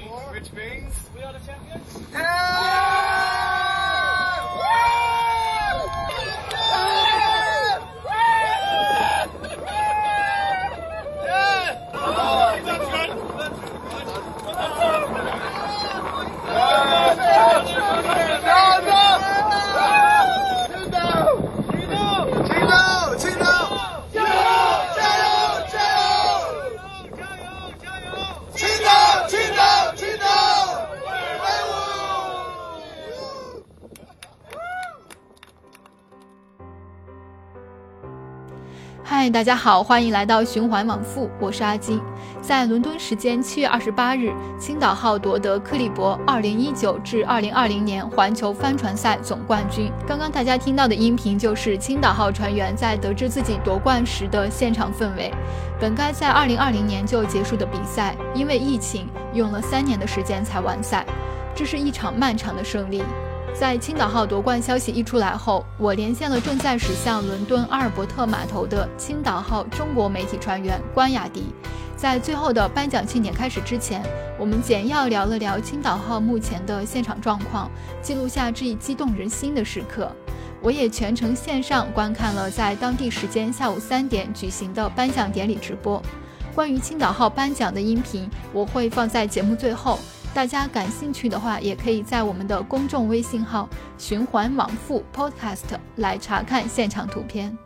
which means we are the champions. 嗨，大家好，欢迎来到循环往复，我是阿金。在伦敦时间7月28日，青岛号夺得克利伯2019至2020年环球帆船赛总冠军。刚刚大家听到的音频就是青岛号船员在得知自己夺冠时的现场氛围。本该在2020年就结束的比赛，因为疫情用了3年的时间才完赛，这是一场漫长的胜利。在青岛号夺冠消息一出来后，我连线了正在驶向伦敦阿尔伯特码头的青岛号中国媒体船员关雅迪。在最后的颁奖庆典开始之前，我们简要聊了聊青岛号目前的现场状况，记录下这一激动人心的时刻。我也全程线上观看了在当地时间下午3点举行的颁奖典礼直播。关于青岛号颁奖的音频，我会放在节目最后。大家感兴趣的话，也可以在我们的公众微信号循环往复 Podcast 来查看现场图片。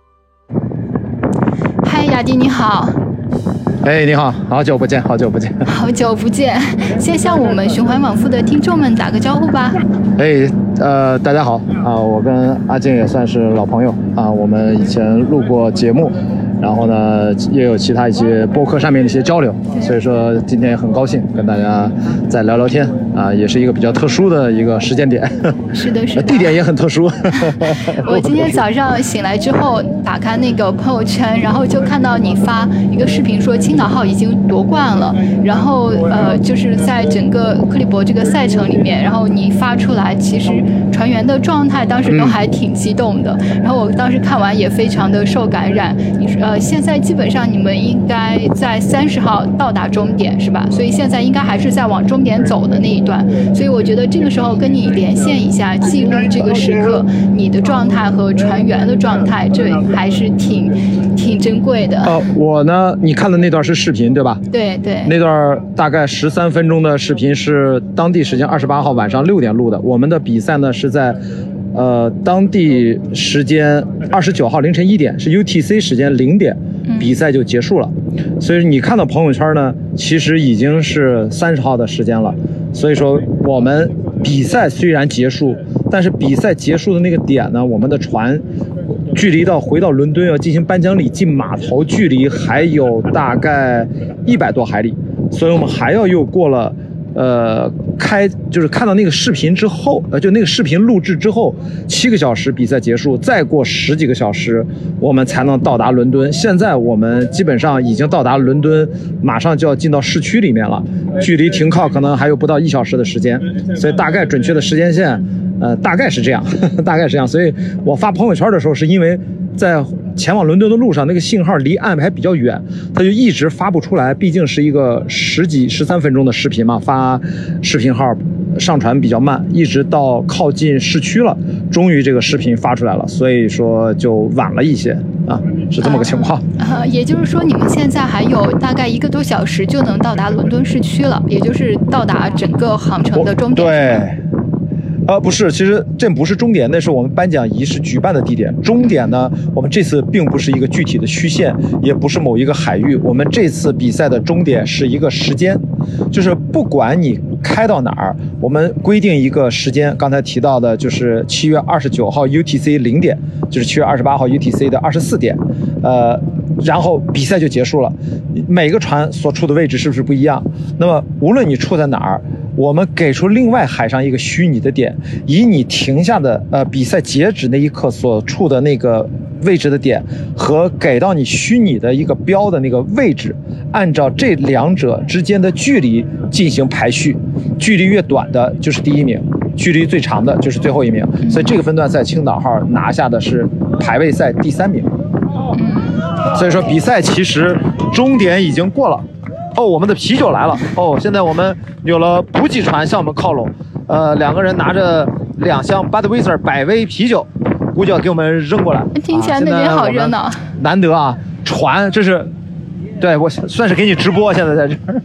嗨，雅迪你好。 哎，你好，好久不见。 好久不见，先向我们循环往复的听众们打个招呼吧。 大家好啊，我跟阿静也算是老朋友啊，我们以前录过节目，然后呢也有其他一些播客上面的一些交流，所以说今天也很高兴跟大家再聊聊天啊，也是一个比较特殊的一个时间点。 是的， 地点也很特殊。 我今天早上醒来之后打开那个朋友圈，然后就看到你发一个视频说青岛号已经夺冠了，然后就是在整个克利伯这个赛程里面，然后你发出来，其实船员的状态当时都还挺激动的，然后我当时看完也非常的受感染。现在基本上你们应该在30号到达终点是吧？所以现在应该还是在往终点走的那一段，所以我觉得这个时候跟你连线一下，记录这个时刻你的状态和船员的状态，这还是挺珍贵的。 我呢，你看的那段是视频对吧？ 对， 那段大概13分钟的视频是当地时间28号晚上6点录的，我们的比赛呢是在当地时间29号凌晨1点，是 UTC 时间0点，比赛就结束了。所以你看到朋友圈呢，其实已经是30号的时间了。所以说我们比赛虽然结束，但是比赛结束的那个点呢，我们的船距离回到伦敦要进行颁奖礼进码头，距离还有大概100多海里，所以我们还要又过了就是看到那个视频之后，就那个视频录制之后7个小时比赛结束，再过10几个小时我们才能到达伦敦。现在我们基本上已经到达伦敦，马上就要进到市区里面了，距离停靠可能还有不到1小时的时间，所以大概准确的时间线大概是这样。所以我发朋友圈的时候是因为在前往伦敦的路上，那个信号离岸还比较远，它就一直发不出来，毕竟是一个13分钟的视频嘛，发视频号上传比较慢，一直到靠近市区了，终于这个视频发出来了，所以说就晚了一些啊，是这么个情况。 也就是说你们现在还有大概1个多小时就能到达伦敦市区了，也就是到达整个航程的终点。 对。不是，其实这不是终点，那是我们颁奖仪式举办的地点。终点呢，我们这次并不是一个具体的虚线，也不是某一个海域，我们这次比赛的终点是一个时间，就是不管你开到哪儿，我们规定一个时间，刚才提到的就是7月29号 UTC 0点，就是7月28号 UTC 的24点，然后比赛就结束了。每个船所处的位置是不是不一样？那么无论你处在哪儿，我们给出另外海上一个虚拟的点，以你停下的比赛截止那一刻所处的那个位置的点和给到你虚拟的一个标的那个位置，按照这两者之间的距离进行排序，距离越短的就是第一名，距离最长的就是最后一名。所以这个分段赛青岛号拿下的是排位赛第3名。所以说比赛其实终点已经过了。 哦，我们的啤酒来了。哦，现在我们有了补给船向我们靠拢。2个人拿着2箱 Budweiser 百威啤酒，估计要给我们扔过来。 听起来那边好热闹。 难得啊，船这是，对我算是给你直播，现在在这儿。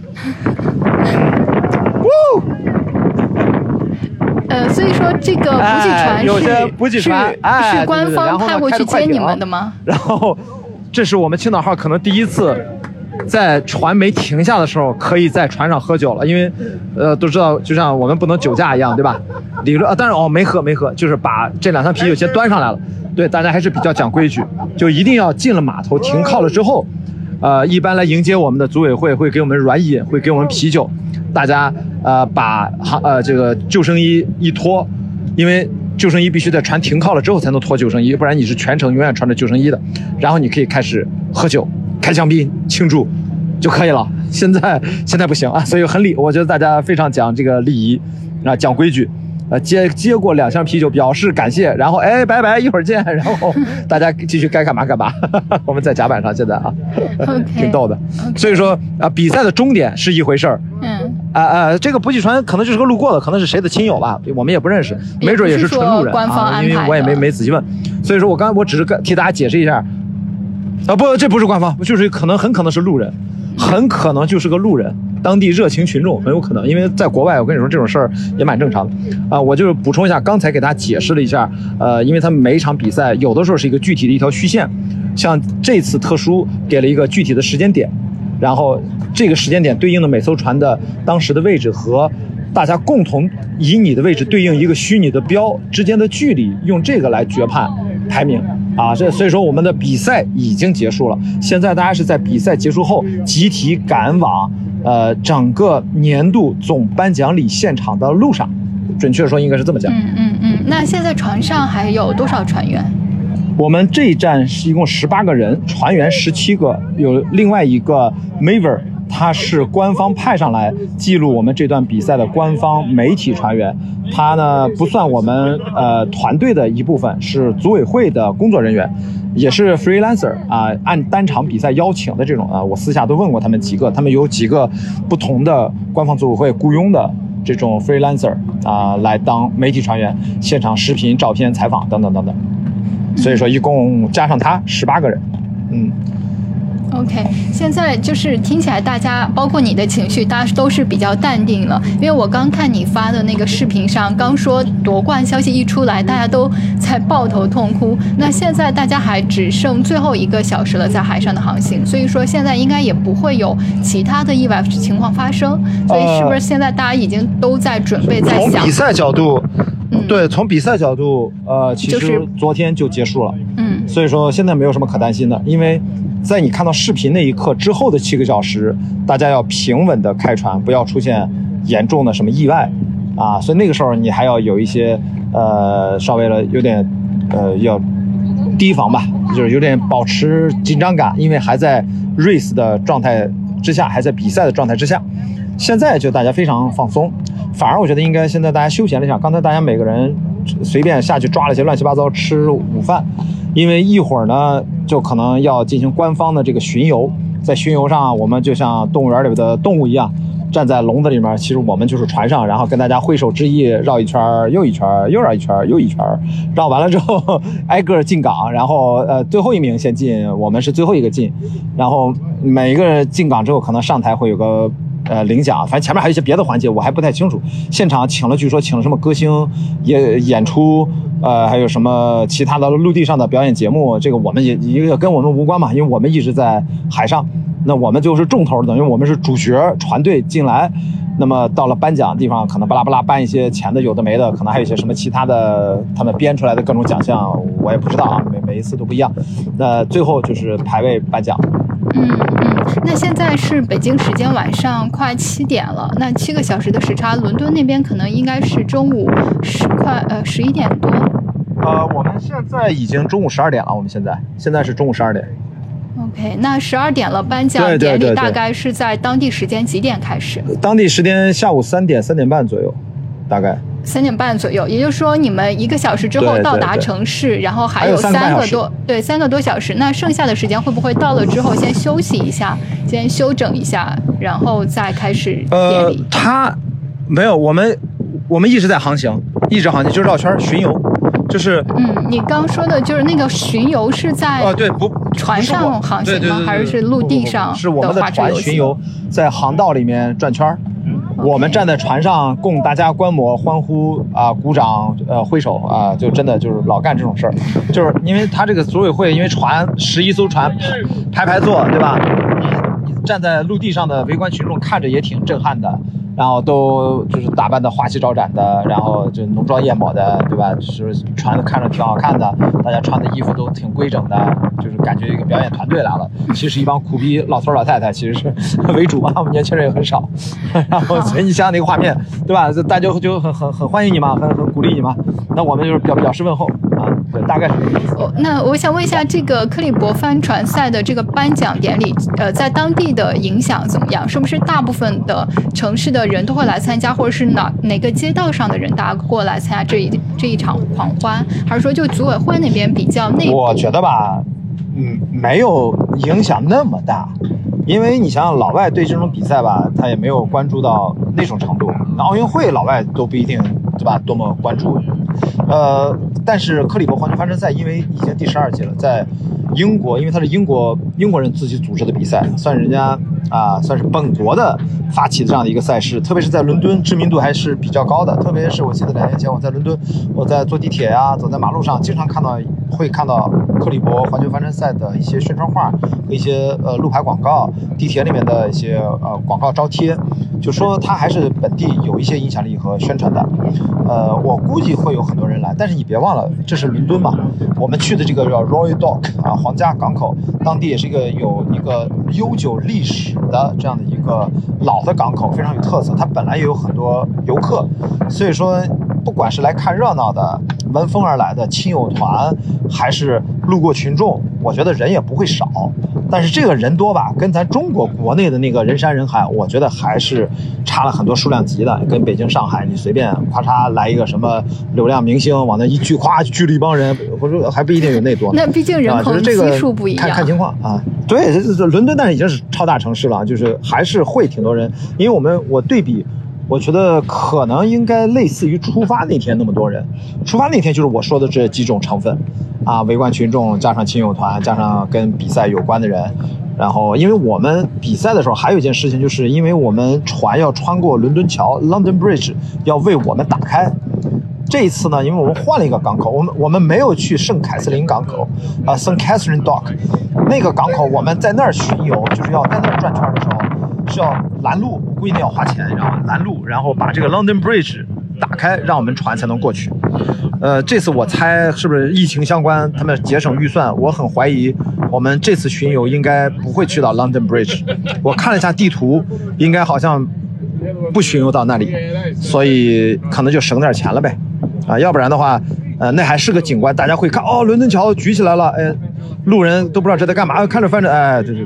所以说这个补给船有些补给船是官方派过去接你们的吗？ 然后，这是我们青岛号可能第一次在船没停下的时候，可以在船上喝酒了，因为都知道，就像我们不能酒驾一样，对吧？理论当然没喝，就是把这2箱啤酒先端上来了。对，大家还是比较讲规矩，就一定要进了码头停靠了之后，一般来迎接我们的组委会会给我们软饮，会给我们啤酒。大家把这个救生衣一脱，因为救生衣必须在船停靠了之后才能脱救生衣，不然你是全程永远穿着救生衣的。然后你可以开始喝酒、开香槟庆祝就可以了。现在不行啊，所以很礼，我觉得大家非常讲这个礼仪啊，讲规矩。接过2箱啤酒表示感谢，然后拜拜，一会儿见，然后大家继续该干嘛干嘛。我们在甲板上现在啊，挺逗的。所以说比赛的终点是一回事儿。这个补给船可能就是个路过的，可能是谁的亲友吧，我们也不认识，没准也是纯路人啊，因为我也没仔细问。所以说我只是替大家解释一下，不，这不是官方，就是很可能是路人，很可能就是个路人。当地热情群众很有可能，因为在国外，我跟你说这种事儿也蛮正常的我就是补充一下，刚才给大家解释了一下，因为他们每一场比赛有的时候是一个具体的一条虚线，像这次特殊给了一个具体的时间点，然后这个时间点对应的每艘船的当时的位置和大家共同以你的位置对应一个虚拟的标之间的距离，用这个来决判排名所以说我们的比赛已经结束了，现在大家是在比赛结束后集体赶往整个年度总颁奖礼现场的路上，准确说应该是这么讲。 那现在船上还有多少船员？ 我们这一站是一共18个人，船员17个，有另外一个 Maver， 他是官方派上来记录我们这段比赛的官方媒体船员，他呢不算我们团队的一部分，是组委会的工作人员，也是 freelancer 按单场比赛邀请的这种我私下都问过他们几个，他们有几个不同的官方组委会雇佣的这种 freelancer 来当媒体船员，现场视频、照片、采访等等等等。所以说一共加上他18个人。 OK， 现在就是听起来大家包括你的情绪大家都是比较淡定了，因为我刚看你发的那个视频上，刚说夺冠消息一出来大家都在抱头痛哭，那现在大家还只剩最后1个小时了在海上的航行，所以说现在应该也不会有其他的意外情况发生，所以是不是现在大家已经都在准备在想从比赛角度对，从比赛角度其实昨天就结束了，所以说现在没有什么可担心的，因为在你看到视频那一刻之后的7个小时，大家要平稳的开船，不要出现严重的什么意外所以那个时候你还要有一些稍微的有点要提防吧，就是有点保持紧张感，因为还在 race 的状态之下，还在比赛的状态之下。现在就大家非常放松，反而我觉得应该现在大家休闲了一下，刚才大家每个人随便下去抓了些乱七八糟吃午饭，因为一会儿呢就可能要进行官方的这个巡游，在巡游上我们就像动物园里的动物一样，站在笼子里面，其实我们就是船上，然后跟大家挥手致意，绕一圈又一圈，又绕一圈又一圈，绕完了之后挨个进港，然后最后1名先进，我们是最后1个进，然后每一个进港之后可能上台会有个领奖，反正前面还有一些别的环节我还不太清楚，现场据说请了什么歌星演出，还有什么其他的陆地上的表演节目，这个我们也跟我们无关嘛，因为我们一直在海上，那我们就是重头，等于我们是主角船队进来，那么到了颁奖地方可能巴拉巴拉颁一些钱的有的没的，可能还有一些什么其他的他们编出来的各种奖项我也不知道每一次都不一样，最后就是排位颁奖。 那现在是北京时间晚上快7点了，那7个小时的时差，伦敦那边可能应该是中午快11点多。 我们现在已经中午12点了，我们现在是中午12点。 OK， 那12点了，颁奖典礼大概是在当地时间几点开始？ 当地时间下午3点半左右。 大概 3点半左右，也就是说你们1个小时之后到达城市，然后还有3个多小时。那剩下的时间会不会到了之后先休息一下，先休整一下，然后再开始典礼？ 他没有，我们一直在航行，就绕圈巡游，就是你刚说的就是那个巡游是在船上航行吗？还是陆地上？ 是我们的船巡游，在航道里面转圈。我们站在船上供大家观摩、欢呼鼓掌、挥手就真的就是老干这种事儿，就是因为他这个组委会，因为船11艘船排坐，对吧？你站在陆地上的围观群众看着也挺震撼的，然后都就是打扮的花枝招展的，然后就浓妆艳抹的，对吧？就是船看着挺好看的，大家穿的衣服都挺规整的，就是感觉一个表演团队来了。其实一帮苦逼老头老太太其实是为主我们年轻人也很少。然后所以你想想那个画面，对吧？大家就很欢迎你嘛，很鼓励你嘛。那我们就是表示问候对，大概是这个意思。 那我想问一下，这个克利伯帆船赛的这个颁奖典礼，在当地的影响怎么样？是不是大部分的城市的人都会来参加，或者是哪个街道上的人大家过来参加这一场狂欢，还是说就组委会那边比较内部？ 我觉得吧，没有影响那么大，因为你想想老外对这种比赛吧，他也没有关注到那种程度。那奥运会老外都不一定，对吧？多么关注。但是克利伯环球帆船赛因为已经第12届了，在英国，因为它是英国人自己组织的比赛，算是人家算是本国的发起的这样的一个赛事，特别是在伦敦知名度还是比较高的。特别是我记得2年前我在伦敦，我在坐地铁走在马路上，经常会看到克利伯环球帆船赛的一些宣传画和一些路牌广告，地铁里面的一些广告招贴，就说它还是本地有一些影响力和宣传的。我估计会有很多人来，但是你别忘了，这是伦敦嘛，我们去的这个叫 Royal Dock 皇家港口，当地也是有一个悠久历史的这样的一个老的港口，非常有特色。它本来也有很多游客，所以说不管是来看热闹的、闻风而来的亲友团，还是路过群众，我觉得人也不会少。但是这个人多吧，跟咱中国国内的那个人山人海，我觉得还是差了很多数量级的。跟北京、上海，你随便咔嚓来一个什么流量明星往那一聚，咵聚了一帮人，或者还不一定有那多。 那毕竟人口基数不一样， 看情况对，伦敦但是已经是超大城市了，就是还是会挺多人。因为我对比，我觉得可能应该类似于出发那天那么多人。出发那天就是我说的这几种成分围观群众加上亲友团加上跟比赛有关的人。然后因为我们比赛的时候还有一件事情，就是因为我们船要穿过伦敦桥 London Bridge， 要为我们打开。这一次呢，因为我们换了一个港口，我们没有去圣凯瑟琳港口St. Catherine Dock 那个港口，我们在那儿巡游，就是要在那儿转圈的时候是要拦路，我估计那要花钱，然后拦路，然后把这个 London Bridge 打开，让我们船才能过去。这次我猜是不是疫情相关，他们节省预算，我很怀疑我们这次巡游应该不会去到 London Bridge。我看了一下地图，应该好像不巡游到那里，所以可能就省点钱了呗。要不然的话，那还是个景观，大家会看伦敦桥举起来了，路人都不知道这在干嘛，看着翻着，对。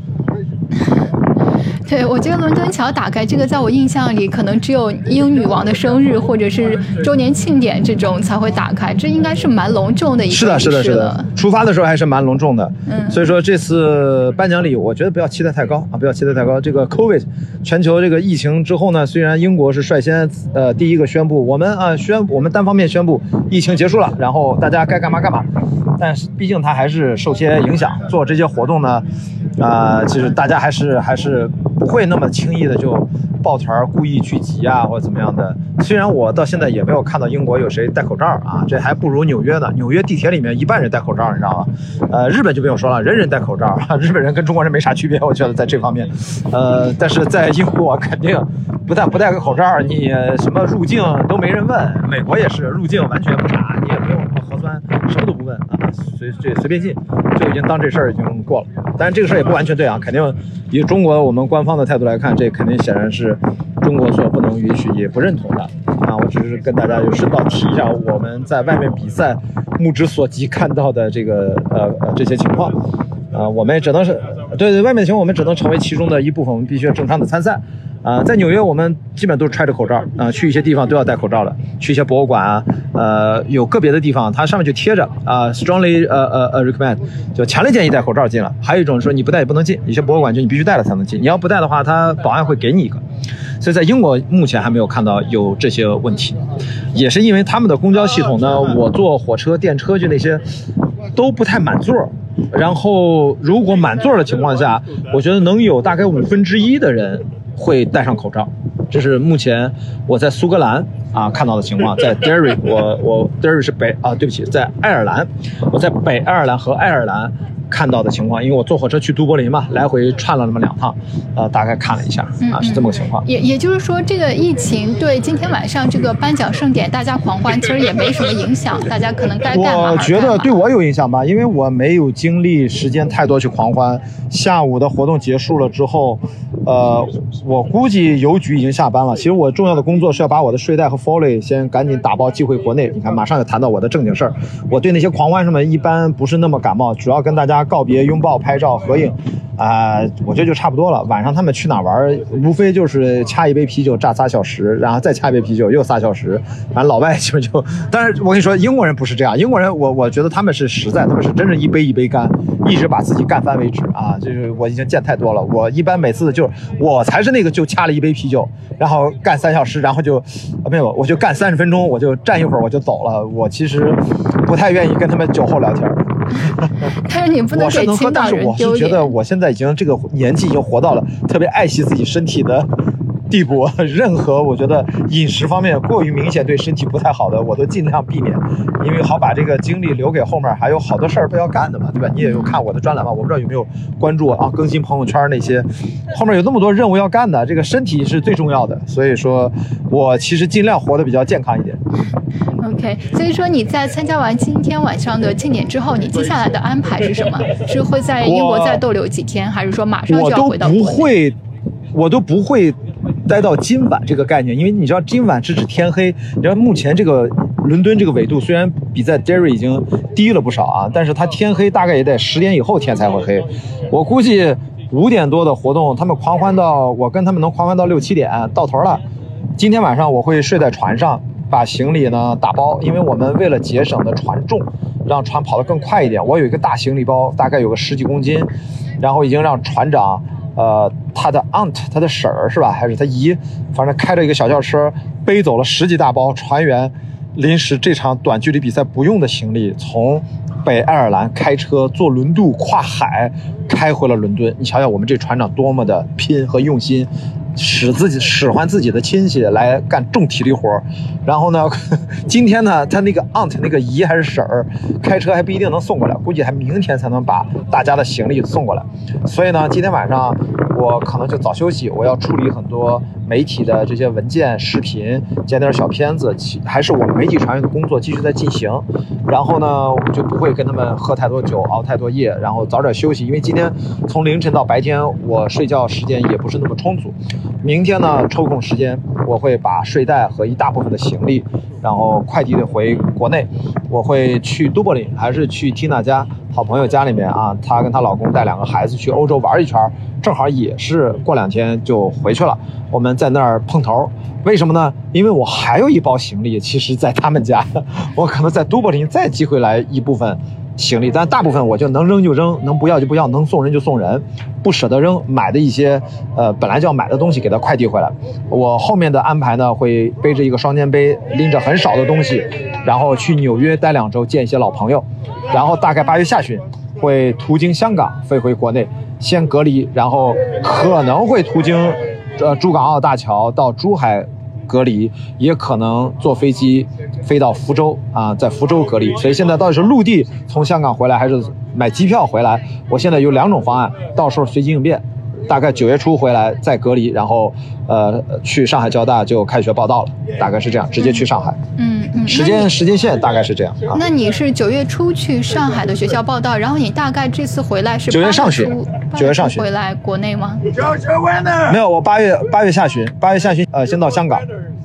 对，我觉得伦敦桥打开这个，在我印象里，可能只有英女王的生日或者是周年庆典这种才会打开，这应该是蛮隆重的一个仪式了。 是的，出发的时候还是蛮隆重的。所以说这次颁奖礼，我觉得不要期待太高不要期待太高。这个 COVID 全球这个疫情之后呢，虽然英国是率先第一个宣布，我们单方面宣布疫情结束了，然后大家该干嘛干嘛，但是毕竟它还是受些影响，做这些活动呢，其实大家还是不会那么轻易的就抱团故意聚集或者怎么样的。虽然我到现在也没有看到英国有谁戴口罩这还不如纽约呢。纽约地铁里面一半人戴口罩，你知道吗？日本就不用说了，人人戴口罩，日本人跟中国人没啥区别，我觉得在这方面。但是在英国肯定不戴个口罩，你什么入境都没人问。美国也是入境完全不查，你也不用什么核酸，什么都不问随便进，就已经当这事儿已经过了。但是这个事儿也不完全对肯定以中国我们官方的态度来看，这肯定显然是中国所不能允许也不认同的我只是跟大家就顺道提一下我们在外面比赛目之所及看到的这个这些情况我们也只能是对外面的情况，我们只能成为其中的一部分，我们必须要正常的参赛在纽约我们基本都是揣着口罩去一些地方都要戴口罩的，去一些博物馆有个别的地方它上面就贴着strongly recommend， 就强烈建议戴口罩进了。还有一种说你不戴也不能进，有些博物馆就你必须戴了才能进，你要不戴的话，他保安会给你一个。所以在英国目前还没有看到有这些问题，也是因为他们的公交系统呢，我坐火车、电车就那些都不太满座。然后如果满座的情况下，我觉得能有大概1/5的人会戴上口罩，这是目前我在苏格兰看到的情况。在 Derry， 我 Derry 是对不起，在爱尔兰，我在北爱尔兰和爱尔兰看到的情况，因为我坐火车去都柏林嘛，来回串了那么2趟，大概看了一下是这么个情况。 也就是说，这个疫情对今天晚上这个颁奖盛典大家狂欢其实也没什么影响，大家可能该干嘛。 我觉得对我有影响吧，因为我没有精力时间太多去狂欢。下午的活动结束了之后，我估计邮局已经下班了。其实我重要的工作是要把我的睡袋和 Foley 先赶紧打包寄回国内。你看，马上就谈到我的正经事儿。我对那些狂欢什么一般不是那么感冒，主要跟大家告别、拥抱、拍照、合影，我觉得就差不多了。晚上他们去哪玩，无非就是掐一杯啤酒炸3小时，然后再掐一杯啤酒又3小时。反正老外基本就，但是我跟你说，英国人不是这样。英国人我觉得他们是实在，他们是真是一杯一杯干，一直把自己干翻为止就是我已经见太多了。我一般每次就是我才是那个就掐了一杯啤酒，然后干3小时，然后就没有，我就干30分钟，我就站一会儿我就走了。我其实不太愿意跟他们酒后聊天。 但是你不能给青岛人丢脸。 我是觉得我现在已经这个年纪已经活到了特别爱惜自己身体的地步，任何我觉得饮食方面过于明显对身体不太好的，我都尽量避免，因为好把这个精力留给后面还有好多事儿不要干的嘛，对吧？你也有看我的专栏嘛，我不知道有没有关注更新朋友圈那些，后面有那么多任务要干的，这个身体是最重要的，所以说我其实尽量活得比较健康一点。 OK， 所以说你在参加完今天晚上的庆典之后，你接下来的安排是什么？是会在英国再逗留几天，还是说马上就要回到国内？ 我都不会待到今晚这个概念，因为你知道今晚是指天黑。你知道目前这个伦敦这个纬度虽然比在 Derry 已经低了不少但是它天黑大概也得10点以后天才会黑。我估计5点多的活动，他们狂欢到我跟他们能狂欢到6、7点到头了。今天晚上我会睡在船上，把行李呢打包，因为我们为了节省的船重，让船跑得更快一点。我有一个大行李包，大概有个10几公斤，然后已经让船长他的 aunt 他的婶儿是吧，还是他姨，反正开着一个小轿车背走了10几大包船员临时这场短距离比赛不用的行李，从北爱尔兰开车坐轮渡跨海开回了伦敦。你瞧瞧我们这船长多么的拼和用心，使唤自己的亲戚来干重体力活。然后呢今天呢他那个 aunt 那个姨还是婶儿开车还不一定能送过来，估计还明天才能把大家的行李送过来。所以呢今天晚上我可能就早休息，我要处理很多媒体的这些文件、视频，剪点小片子，还是我们媒体传阅的工作继续在进行。然后呢我就不会跟他们喝太多酒、熬太多夜，然后早点休息，因为今天从凌晨到白天我睡觉时间也不是那么充足。明天呢抽空时间我会把睡袋和一大部分的行李然后快递的回国内。我会去都柏林，还是去 Tina 家好朋友家里面她跟她老公带2个孩子去欧洲玩一圈，正好也是过2天就回去了，我们在那儿碰头。为什么呢？因为我还有一包行李其实在他们家，我可能在都柏林再寄回来一部分行李，但大部分我就能扔就扔，能不要就不要，能送人就送人，不舍得扔买的一些本来就要买的东西给它快递回来。我后面的安排呢会背着一个双肩背，拎着很少的东西，然后去纽约待2周见一些老朋友，然后大概8月下旬会途经香港飞回国内先隔离，然后可能会途经珠港澳大桥到珠海隔离，也可能坐飞机飞到福州在福州隔离。所以现在到底是陆地从香港回来还是买机票回来，我现在有2种方案，到时候随机应变。大概9月初回来再隔离，然后去上海交大就开学报到了，大概是这样，直接去上海。时间线大概是这样那你是9月初去上海的学校报到，然后你大概这次回来是 9月上旬回来国内吗？ 没有，我8月下旬先到香港，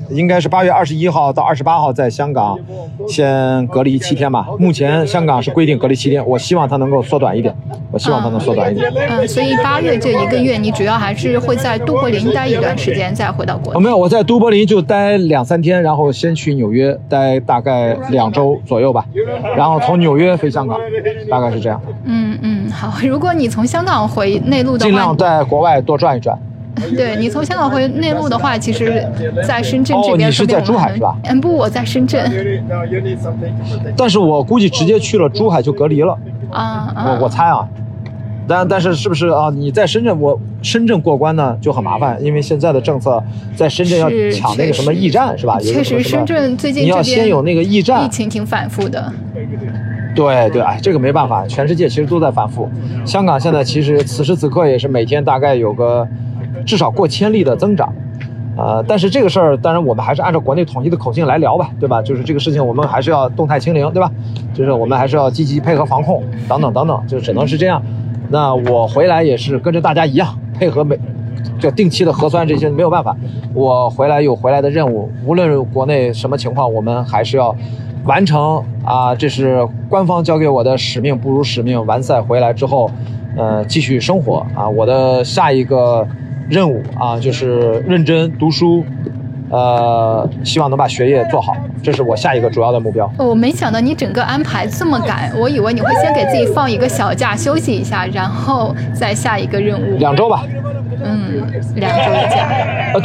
应该是8月21号到28号在香港先隔离7天吧。目前香港是规定隔离7天，我希望它能够缩短一点，所以8月这1个月你主要还是会在都柏林待一段时间再回到国内？ 没有，我在都柏林就待2-3天，然后先去纽约待大概2周左右吧，然后从纽约飞香港，大概是这样。 好，如果你从香港回内陆的话， 尽量在国外多转一转。 对，你从香港回内陆的话，其实在深圳这边。 你是在珠海是吧？ 不，我在深圳。 但是我估计直接去了珠海就隔离了。我猜啊，但是是不是啊？你在深圳过关呢就很麻烦，因为现在的政策在深圳要抢那个什么驿站是吧？ 确实，深圳最近你要先有那个驿站， 疫情挺反复的。 对，这个没办法，全世界其实都在反复。香港现在其实此时此刻也是每天大概有个至少过1000例的增长，但是这个事儿当然我们还是按照国内统一的口径来聊吧，对吧？就是这个事情我们还是要动态清零，对吧？就是我们还是要积极配合防控，等等，就只能是这样。那我回来也是跟着大家一样配合就定期的核酸，这些没有办法。我回来有回来的任务，无论国内什么情况，我们还是要完成啊，这是官方交给我的使命，不辱使命。完赛回来之后，继续生活啊。我的下一个任务啊，就是认真读书，希望能把学业做好，这是我下一个主要的目标。 我没想到你整个安排这么赶，我以为你会先给自己放一个小假休息一下，然后再下一个任务。 2周吧。 2周的假。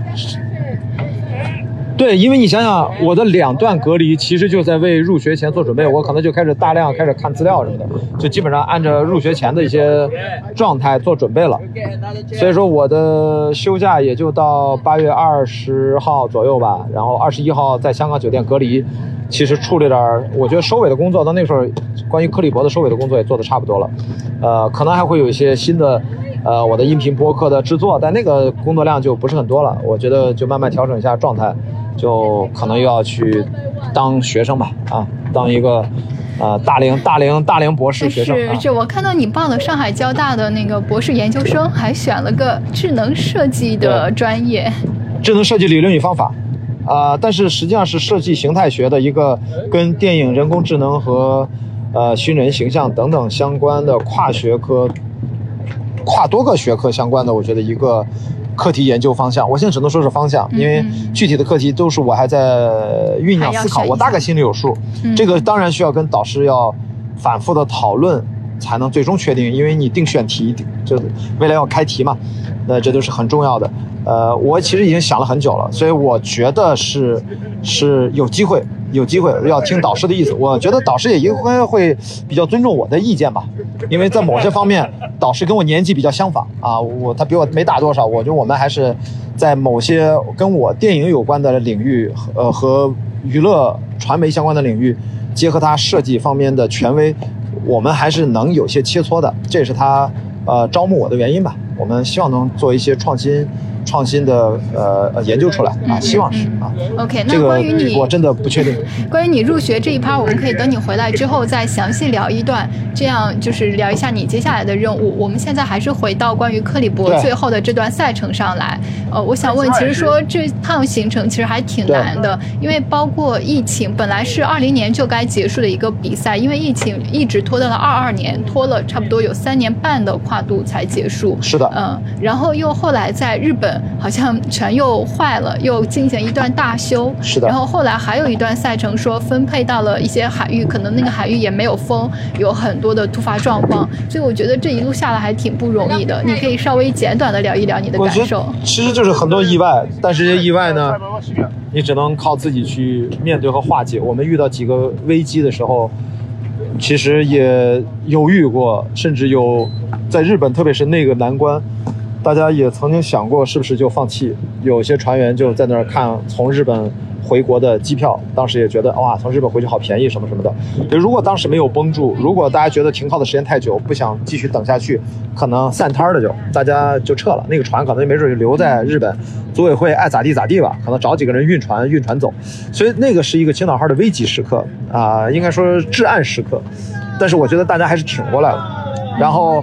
对，因为你想想，我的2段隔离其实就在为入学前做准备，我可能就开始大量看资料什么的，就基本上按照入学前的一些状态做准备了。所以说我的休假也就到8月20号左右吧，然后21号在香港酒店隔离。其实处理点我觉得收尾的工作，到那个时候关于克利伯的收尾的工作也做得差不多了，可能还会有一些新的我的音频播客的制作，但那个工作量就不是很多了，我觉得就慢慢调整一下状态，就可能又要去当学生吧，当一个大龄博士学生。 是，我看到你报了上海交大的那个博士研究生，还选了个智能设计的专业。 智能设计理论与方法。但是实际上是设计形态学的一个跟电影、人工智能和虚拟人形象等等相关的跨多个学科相关的，我觉得一个课题研究方向。我现在只能说是方向，因为具体的课题都是我还在酝酿思考，我大概心里有数。这个当然需要跟导师要反复的讨论才能最终确定，因为你定选题就未来要开题嘛，那这都是很重要的。我其实已经想了很久了，所以我觉得是有机会要听导师的意思。我觉得导师也应该会比较尊重我的意见吧，因为在某些方面导师跟我年纪比较相仿啊，他比我没大多少，我觉得我们还是在某些跟我电影有关的领域和娱乐传媒相关的领域，结合他设计方面的权威，我们还是能有些切磋的，这也是他招募我的原因吧。我们希望能做一些创新的研究出来啊，希望是啊。 OK， 那关于你， 我真的不确定。 关于你入学这一趴，我们可以等你回来之后再详细聊一段，这样就是聊一下你接下来的任务。我们现在还是回到关于克利伯最后的这段赛程上来。我想问，其实说这趟行程其实还挺难的，因为包括疫情，本来是20年就该结束的一个比赛，因为疫情一直拖到了22年，拖了差不多有3年半的跨度才结束。 是的， 然后又后来在日本好像船又坏了，又进行一段大修。 是的。 然后后来还有一段赛程说分配到了一些海域，可能那个海域也没有风，有很多的突发状况，所以我觉得这一路下来还挺不容易的。你可以稍微简短的聊一聊你的感受。 其实就是很多意外，但是这些意外呢，你只能靠自己去面对和化解。我们遇到几个危机的时候，其实也犹豫过，甚至有在日本，特别是那个难关，大家也曾经想过是不是就放弃。有些船员就在那儿看从日本回国的机票，当时也觉得哇，从日本回去好便宜什么什么的。如果当时没有绷住，如果大家觉得停靠的时间太久，不想继续等下去，可能散摊的大家就撤了，那个船可能没准就留在日本，组委会爱咋地咋地吧，可能找几个人运船走。所以那个是一个青岛号的危急时刻啊，应该说至暗时刻。但是我觉得大家还是挺过来了。然后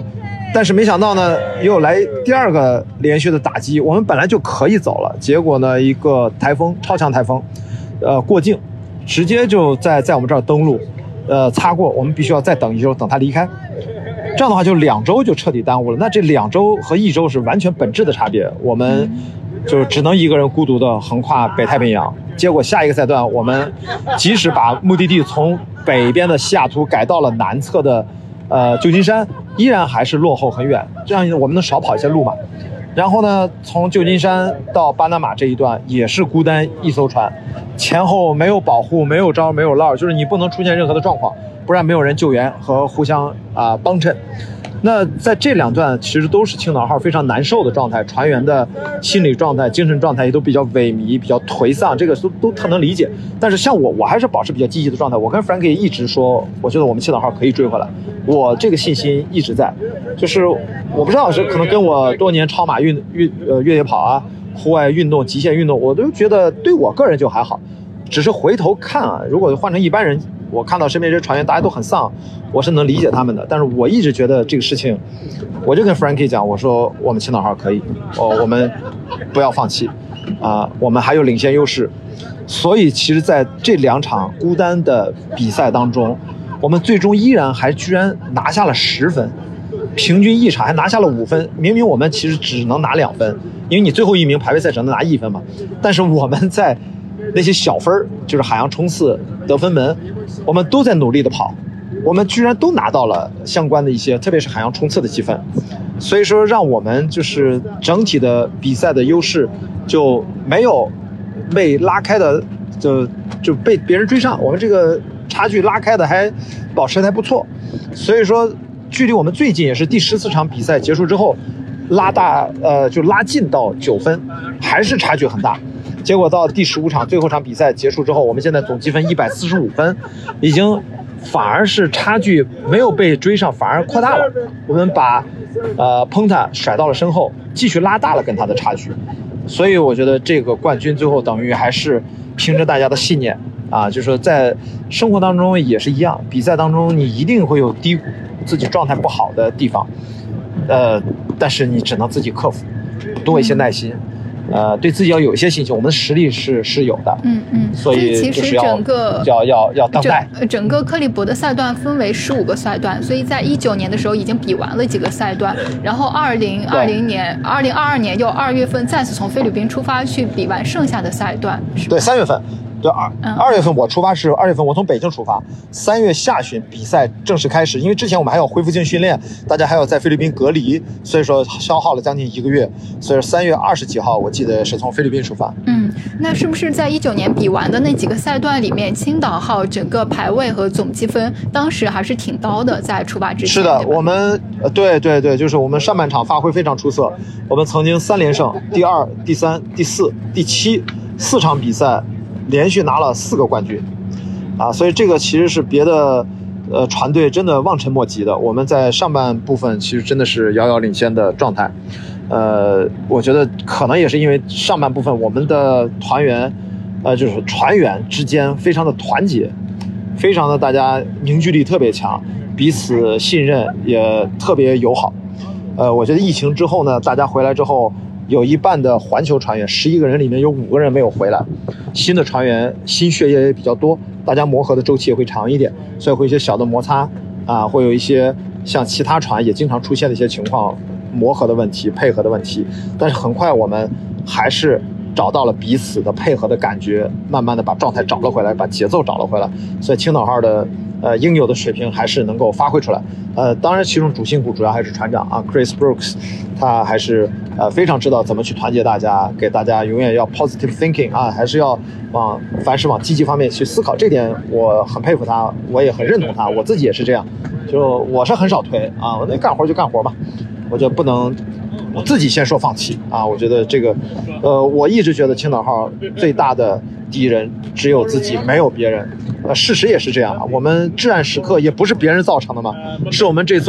但是没想到呢，又来第二个连续的打击。我们本来就可以走了，结果呢，一个台风，超强台风，过境，直接就在我们这儿登陆，擦过，我们必须要再等1周，等它离开。这样的话，就2周就彻底耽误了。那这2周和1周是完全本质的差别，我们就只能一个人孤独的横跨北太平洋。结果下一个赛段，我们即使把目的地从北边的西雅图改到了南侧的旧金山，依然还是落后很远。这样我们能少跑一些路嘛？然后呢，从旧金山到巴拿马这一段也是孤单一艘船，前后没有保护，没有招，没有落，就是你不能出现任何的状况，不然没有人救援和互相帮衬。那在这2段其实都是青岛号非常难受的状态，船员的心理状态、精神状态也都比较萎靡、比较颓丧，这个都特能理解。但是像我还是保持比较积极的状态。我跟 Frankie 一直说，我觉得我们青岛号可以追回来，我这个信心一直在。就是我不知道是可能跟我多年超马越野跑啊、户外运动、极限运动，我都觉得对我个人就还好。只是回头看啊，如果换成一般人，我看到身边这些船员大家都很丧，我是能理解他们的。但是我一直觉得这个事情，我就跟 Frankie 讲，我说我们青岛号可以，我们不要放弃我们还有领先优势。所以其实在这2场孤单的比赛当中，我们最终依然居然拿下了10分，平均1场还拿下了5分。明明我们其实只能拿2分，因为你最后一名排位赛只能拿1分嘛。但是我们在那些小分，就是海洋冲刺、得分门，我们都在努力的跑，我们居然都拿到了相关的一些，特别是海洋冲刺的积分。所以说让我们就是整体的比赛的优势就没有被拉开的，就被别人追上，我们这个差距拉开的还保持的还不错。所以说距离我们最近也是第14场比赛结束之后就拉近到9分，还是差距很大。结果到第15场最后场比赛结束之后，我们现在总积分145分，已经反而是差距没有被追上，反而扩大了。我们把蓬塔甩到了身后，继续拉大了跟他的差距。所以我觉得这个冠军最后等于还是凭着大家的信念就是说在生活当中也是一样，比赛当中你一定会有低谷，自己状态不好的地方，但是你只能自己克服，多一些耐心。对自己要有一些信心，我们的实力是有的，所以就是要当代。 整个克利伯的赛段分为15个赛段，所以在19年的时候已经比完了几个赛段，然后2022年又2月份再次从菲律宾出发去比完剩下的赛段。 对，3月份。对，2月份我出发是2月份，我从北京出发，3月下旬比赛正式开始。因为之前我们还要恢复性训练，大家还要在菲律宾隔离，所以说消耗了将近1个月。所以说3月20几号，我记得是从菲律宾出发。 那是不是在19年比完的那几个赛段里面，青岛号整个排位和总积分当时还是挺高的，在出发之前？ 是的，我们对，就是我们上半场发挥非常出色，我们曾经3连胜，第2、第3、第4、第7，4场比赛连续拿了4个冠军所以这个其实是别的船队真的望尘莫及的。我们在上半部分其实真的是遥遥领先的状态。我觉得可能也是因为上半部分我们的团员就是船员之间非常的团结，非常的大家凝聚力特别强，彼此信任也特别友好。我觉得疫情之后呢，大家回来之后有一半的环球船员，11个人里面有5个人没有回来，新的船员新血液也比较多，大家磨合的周期也会长一点，所以会有一些小的摩擦会有一些像其他船也经常出现的一些情况，磨合的问题、配合的问题。但是很快我们还是找到了彼此的配合的感觉，慢慢的把状态找了回来，把节奏找了回来。所以青岛号的应有的水平还是能够发挥出来。当然其中主心骨主要还是船长Chris Brooks， 他还是非常知道怎么去团结大家，给大家永远要 positive thinking 还是要凡事往积极方面去思考。这点我很佩服他，我也很认同他，我自己也是这样。就我是很少推我那干活就干活吧，我就不能我自己先说放弃我觉得这个我一直觉得青岛号最大的敌人只有自己，没有别人。事实也是这样我们至暗时刻也不是别人造成的嘛，是我们这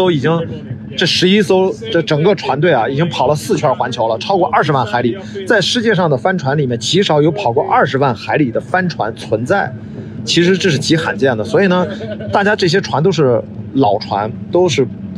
11艘这整个船队已经跑了4圈环球了，超过20万海里。在世界上的帆船里面极少有跑过20万海里的帆船存在，其实这是极罕见的。所以呢，大家这些船都是老船，都是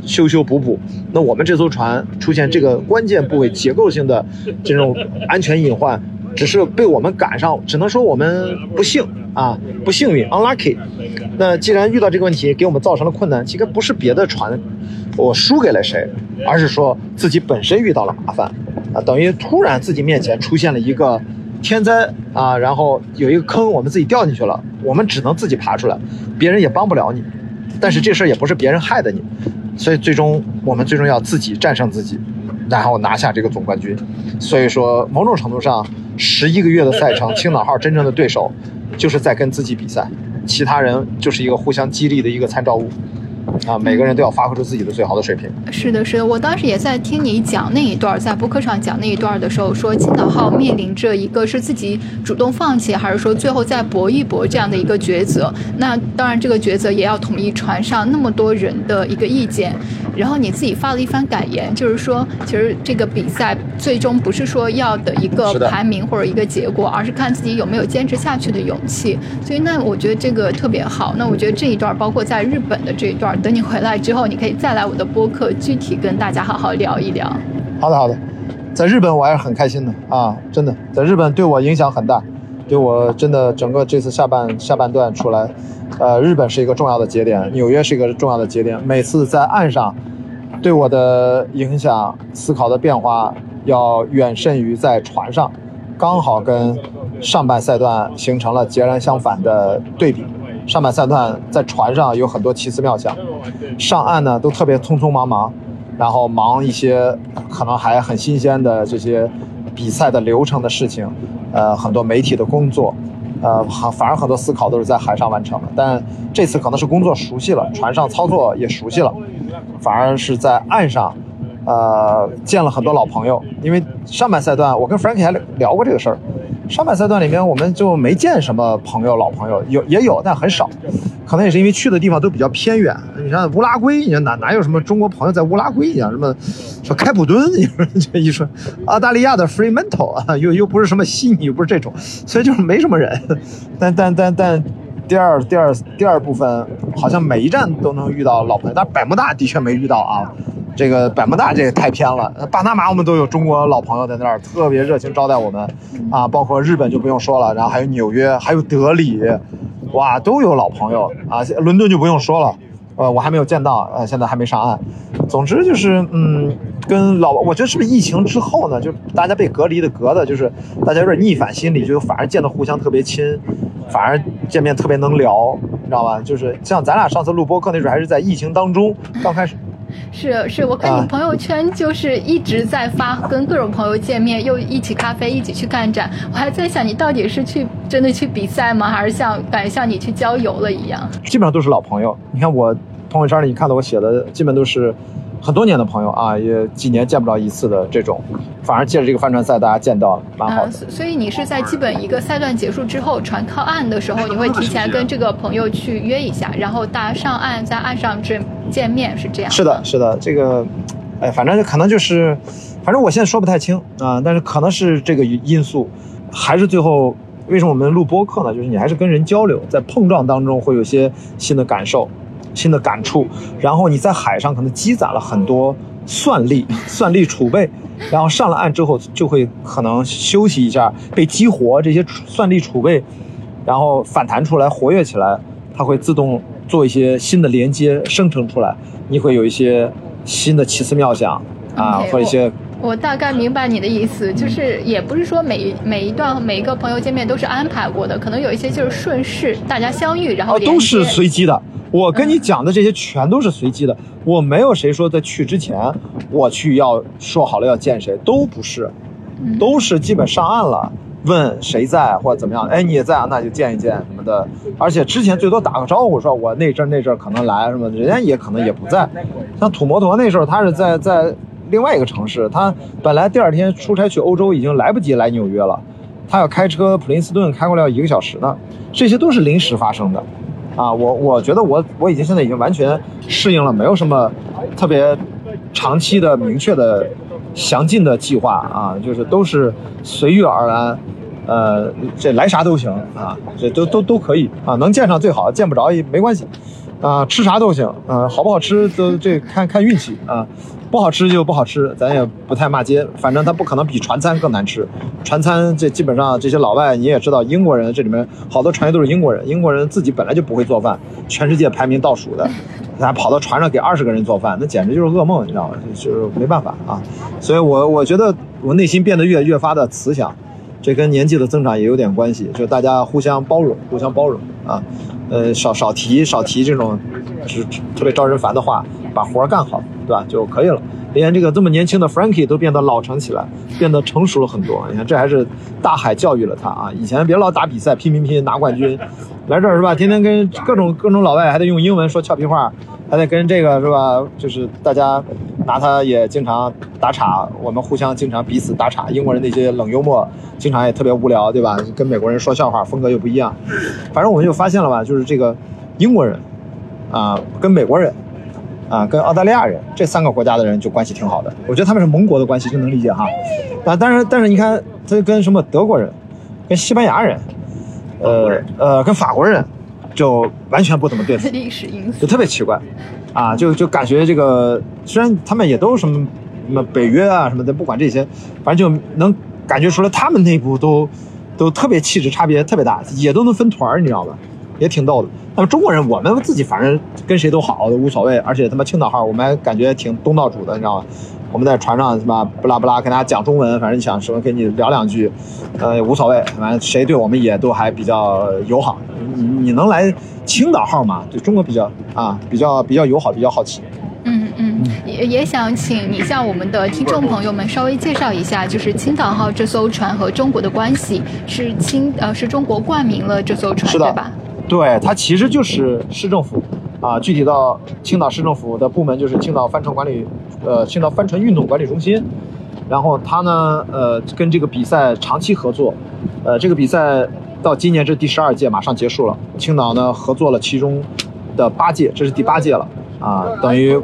修修补补。那我们这艘船出现这个关键部位结构性的这种安全隐患，只是被我们赶上，只能说我们不幸啊，不幸运 ，unlucky。那既然遇到这个问题，给我们造成了困难，其实不是别的船我输给了谁，而是说自己本身遇到了麻烦啊，等于突然自己面前出现了一个天灾啊，然后有一个坑，我们自己掉进去了，我们只能自己爬出来，别人也帮不了你。但是这事儿也不是别人害的你，所以我们最终要自己战胜自己，然后拿下这个总冠军。所以说，某种程度上，11个月的赛程，青岛号真正的对手就是在跟自己比赛，其他人就是一个互相激励的一个参照物。啊，每个人都要发挥出自己的最好的水平。 是的，是的，我当时也在听你讲那一段，在播客上讲那一段的时候，说青岛号面临着一个是自己主动放弃，还是说最后再搏一搏这样的一个抉择。那当然，这个抉择也要统一船上那么多人的一个意见。然后你自己发了一番感言，就是说，其实这个比赛最终不是说要的一个排名或者一个结果，而是看自己有没有坚持下去的勇气。所以，那我觉得这个特别好。那我觉得这一段，包括在日本的这一段，等你回来之后，你可以再来我的播客，具体跟大家好好聊一聊。 好的，好的。在日本我还是很开心的啊，真的，在日本对我影响很大，对我真的整个这次下半段出来。日本是一个重要的节点，纽约是一个重要的节点。每次在岸上，对我的影响、思考的变化，要远甚于在船上，刚好跟上半赛段形成了截然相反的对比。上半赛段在船上有很多奇思妙想，上岸呢都特别匆匆忙忙，然后忙一些可能还很新鲜的这些比赛的流程的事情，很多媒体的工作。反而很多思考都是在海上完成的，但这次可能是工作熟悉了，船上操作也熟悉了，反而是在岸上，见了很多老朋友。因为上半赛段我跟 Frankie 还聊过这个事儿，上半赛段里面我们就没见什么老朋友，也有但很少，可能也是因为去的地方都比较偏远。你像乌拉圭，你说哪有什么中国朋友在乌拉圭一样，什么说开普敦，你说这一说澳大利亚的 Fremantle 啊，又不是什么悉尼，又不是这种，所以就是没什么人。但第二部分好像每一站都能遇到老朋友，但百慕大的确没遇到啊。这个百慕大这个太偏了，巴拿马我们都有中国老朋友在那儿特别热情招待我们啊，包括日本就不用说了，然后还有纽约，还有德里，哇，都有老朋友啊。伦敦就不用说了，我还没有见到，现在还没上岸。总之就是我觉得是不是疫情之后呢，就大家被隔离的就是大家有点逆反心理，就反而见得互相特别亲，反而见面特别能聊，你知道吧？就是像咱俩上次录播客那时候还是在疫情当中刚开始。 是，我看你朋友圈就是一直在发跟各种朋友见面，又一起咖啡，一起去看展。我还在想，你到底是真的去比赛吗？还是感觉像你去郊游了一样？基本上都是老朋友。你看我朋友圈里，你看到我写的，基本都是很多年的朋友啊，也几年见不着一次的这种，反而借着这个帆船赛，大家见到蛮好的。所以你是在基本一个赛段结束之后，船靠岸的时候，你会提前跟这个朋友去约一下，然后大家上岸，在岸上见面，是这样？是的，这个，反正可能就是，反正我现在说不太清啊，但是可能是这个因素，还是最后为什么我们录播客呢？就是你还是跟人交流，在碰撞当中会有些新的感受。新的感触，然后你在海上可能积攒了很多算力储备，然后上了岸之后就会可能休息一下，被激活这些算力储备，然后反弹出来，活跃起来，它会自动做一些新的连接生成出来，你会有一些新的奇思妙想啊，或者一些。我大概明白你的意思，就是也不是说每一个朋友见面都是安排过的，可能有一些就是顺势大家相遇，然后都是随机的。我跟你讲的这些全都是随机的，我没有谁说在去之前我去要说好了要见谁，都不是，都是基本上岸了，问谁在或者怎么样，你也在啊，那就见一见什么的。而且之前最多打个招呼，说我那阵可能来什么，人家也可能也不在。像土摩托那时候他是在另外一个城市，他本来第二天出差去欧洲，已经来不及来纽约了，他要开车普林斯顿开过来要1个小时呢，这些都是临时发生的。啊，我觉得我已经现在已经完全适应了，没有什么特别长期的明确的详尽的计划啊，就是都是随遇而安，这来啥都行啊，这都可以啊，能见上最好，见不着也没关系吃啥都行，好不好吃都这看运气啊，不好吃就不好吃，咱也不太骂街，反正它不可能比船餐更难吃。船餐这基本上这些老外你也知道，英国人这里面好多船员都是英国人，英国人自己本来就不会做饭，全世界排名倒数的，还跑到船上给20个人做饭，那简直就是噩梦，你知道吗？就是没办法啊。所以我觉得我内心变得越发的慈祥，这跟年纪的增长也有点关系，就大家互相包容啊。少提这种特别招人烦的话，把活干好，对吧？就可以了。连这么年轻的 Frankie 都变得老成起来，变得成熟了很多。你看，这还是大海教育了他啊！以前别老打比赛，拼拿冠军，来这儿是吧？天天跟各种老外还得用英文说俏皮话，还得跟这个是吧？就是大家拿他也经常打岔，我们互相经常彼此打岔。英国人那些冷幽默，经常也特别无聊，对吧？跟美国人说笑话风格又不一样。反正我们就发现了吧，就是这个英国人啊，跟美国人啊，跟澳大利亚人这3个国家的人就关系挺好的。我觉得他们是盟国的关系，就能理解哈。但是你看，他跟什么德国人、跟西班牙人，跟法国人，就完全不怎么对付， 历史因素就特别奇怪，啊，就感觉这个虽然他们也都什么北约啊什么的，不管这些，反正就能感觉出来他们内部都特别气质差别特别大，也都能分团，你知道吧？也挺逗的。那么中国人，我们自己反正跟谁都好，都无所谓。而且他妈青岛号，我们还感觉挺东道主的，你知道吗？我们在船上什么不拉跟大家讲中文，反正你想什么跟你聊2句，无所谓，反正谁对我们也都还比较友好。你能来青岛号嘛？对中国比较友好，比较好奇。 也想请你向我们的听众朋友们稍微介绍一下，就是青岛号这艘船和中国的关系，是中国冠名了这艘船， 是的， 对吧？ 对，它其实就是市政府啊，具体到青岛市政府的部门就是青岛帆船运动管理中心。然后它呢，跟这个比赛长期合作，这个比赛到今年这第12届马上结束了，青岛呢合作了其中的8届，这是第8届了啊，等于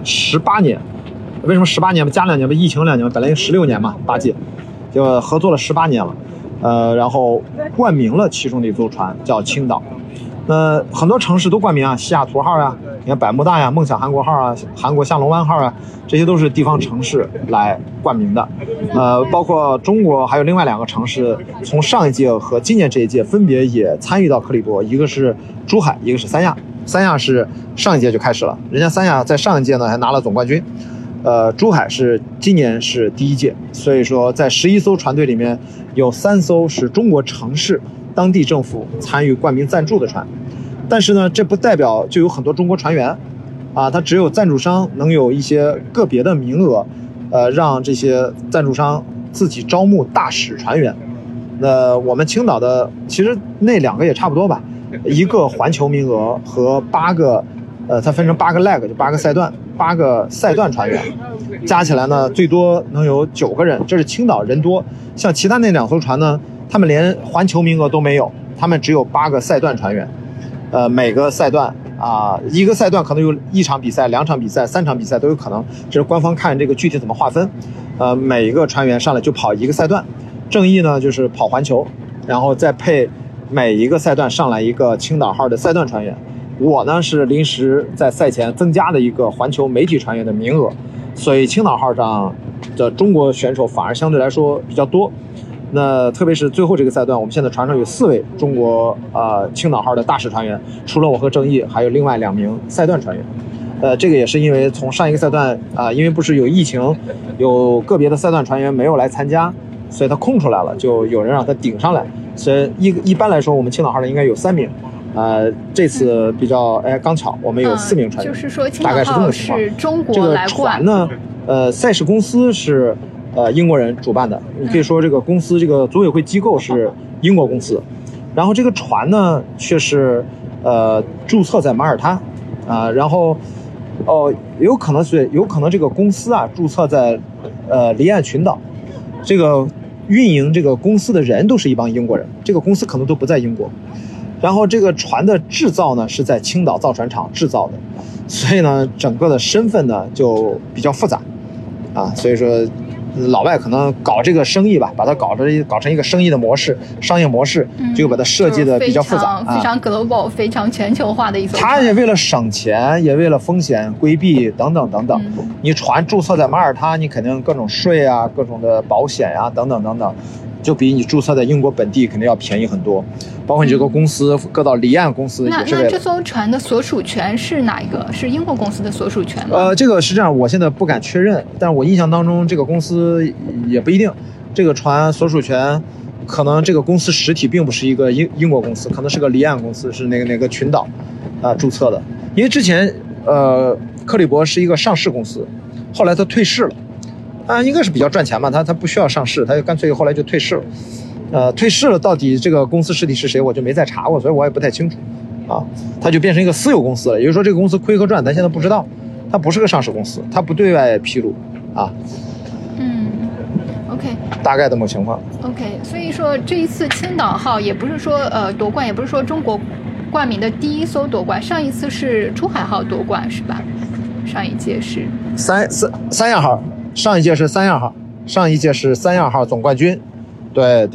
18年。为什么18年嘛？加2年吧，疫情2年，本来16年嘛，8届，就合作了18年了。然后冠名了其中的一艘船叫青岛。很多城市都冠名啊，西雅图号啊，你看百慕大呀、梦想韩国号啊、韩国下龙湾号啊，这些都是地方城市来冠名的。包括中国还有另外2个城市，从上一届和今年这一届分别也参与到克利伯，一个是珠海，一个是三亚。三亚是上一届就开始了，人家三亚在上一届呢还拿了总冠军。珠海是今年是第1届，所以说在11艘船队里面有3艘是中国城市当地政府参与冠名赞助的船。但是呢，这不代表就有很多中国船员啊，他只有赞助商能有一些个别的名额，让这些赞助商自己招募大使船员。那我们青岛的其实那2个也差不多吧，一个环球名额和8个，它分成8个 leg， 就8个赛段，8个赛段船员，加起来呢最多能有9个人，这是青岛人多。像其他那2艘船呢，他们连环球名额都没有，他们只有8个赛段船员。每个赛段啊，一个赛段可能有1场比赛、2场比赛、3场比赛都有可能，这是官方看这个具体怎么划分。每一个船员上来就跑1个赛段，正义呢就是跑环球，然后再配每一个赛段上来一个青岛号的赛段船员。我呢是临时在赛前增加的一个环球媒体船员的名额，所以青岛号上的中国选手反而相对来说比较多。那特别是最后这个赛段，我们现在船上有4位中国青岛号的大使船员，除了我和郑毅，还有另外2名赛段船员。这个也是因为从上一个赛段因为不是有疫情，有个别的赛段船员没有来参加，所以他空出来了，就有人让他顶上来。所以一般来说，我们青岛号的应该有3名。这次比较刚巧，我们有4名船员， 就是说青大概是这么岛号情况。 是中国来冠。 这个船呢，赛事公司是英国人主办的，你可以说这个公司这个组委会机构是英国公司，然后这个船呢却是注册在马耳他然后有可能这个公司注册在离岸群岛，这个运营这个公司的人都是一帮英国人，这个公司可能都不在英国。然后这个船的制造呢是在青岛造船厂制造的，所以呢整个的身份呢就比较复杂所以说老外可能搞这个生意吧，把它搞成一个生意的模式、商业模式，就把它设计的比较复杂， 非常 global、非常全球化的一艘船。 它也为了省钱，也为了风险规避等等等等。你船注册在马耳他，你肯定各种税啊、各种的保险啊等等等等，就比你注册在英国本地肯定要便宜很多。包括你这个公司搁到离岸公司也是为了。 那这艘船的所属权是哪一个？是英国公司的所属权吗？ 这个是这样，我现在不敢确认，但是我印象当中这个公司也不一定。这个船所属权，可能这个公司实体并不是一个英国公司，可能是个离岸公司，是哪个群岛注册的。因为之前克利伯是一个上市公司，后来他退市了，应该是比较赚钱嘛，他不需要上市，他就干脆后来就退市了。退市了，到底这个公司实体是谁，我就没再查过，所以我也不太清楚。它就变成一个私有公司了，也就是说这个公司亏和赚咱现在不知道，它不是个上市公司，它不对外披露 OK， 大概这么情况。 OK， 所以说这一次青岛号也不是说夺冠，也不是说中国冠名的第一艘夺冠，上一次是出海号夺冠是吧？上一届是三亚号，上一届是三亚号，上一届是三亚号总冠军。对。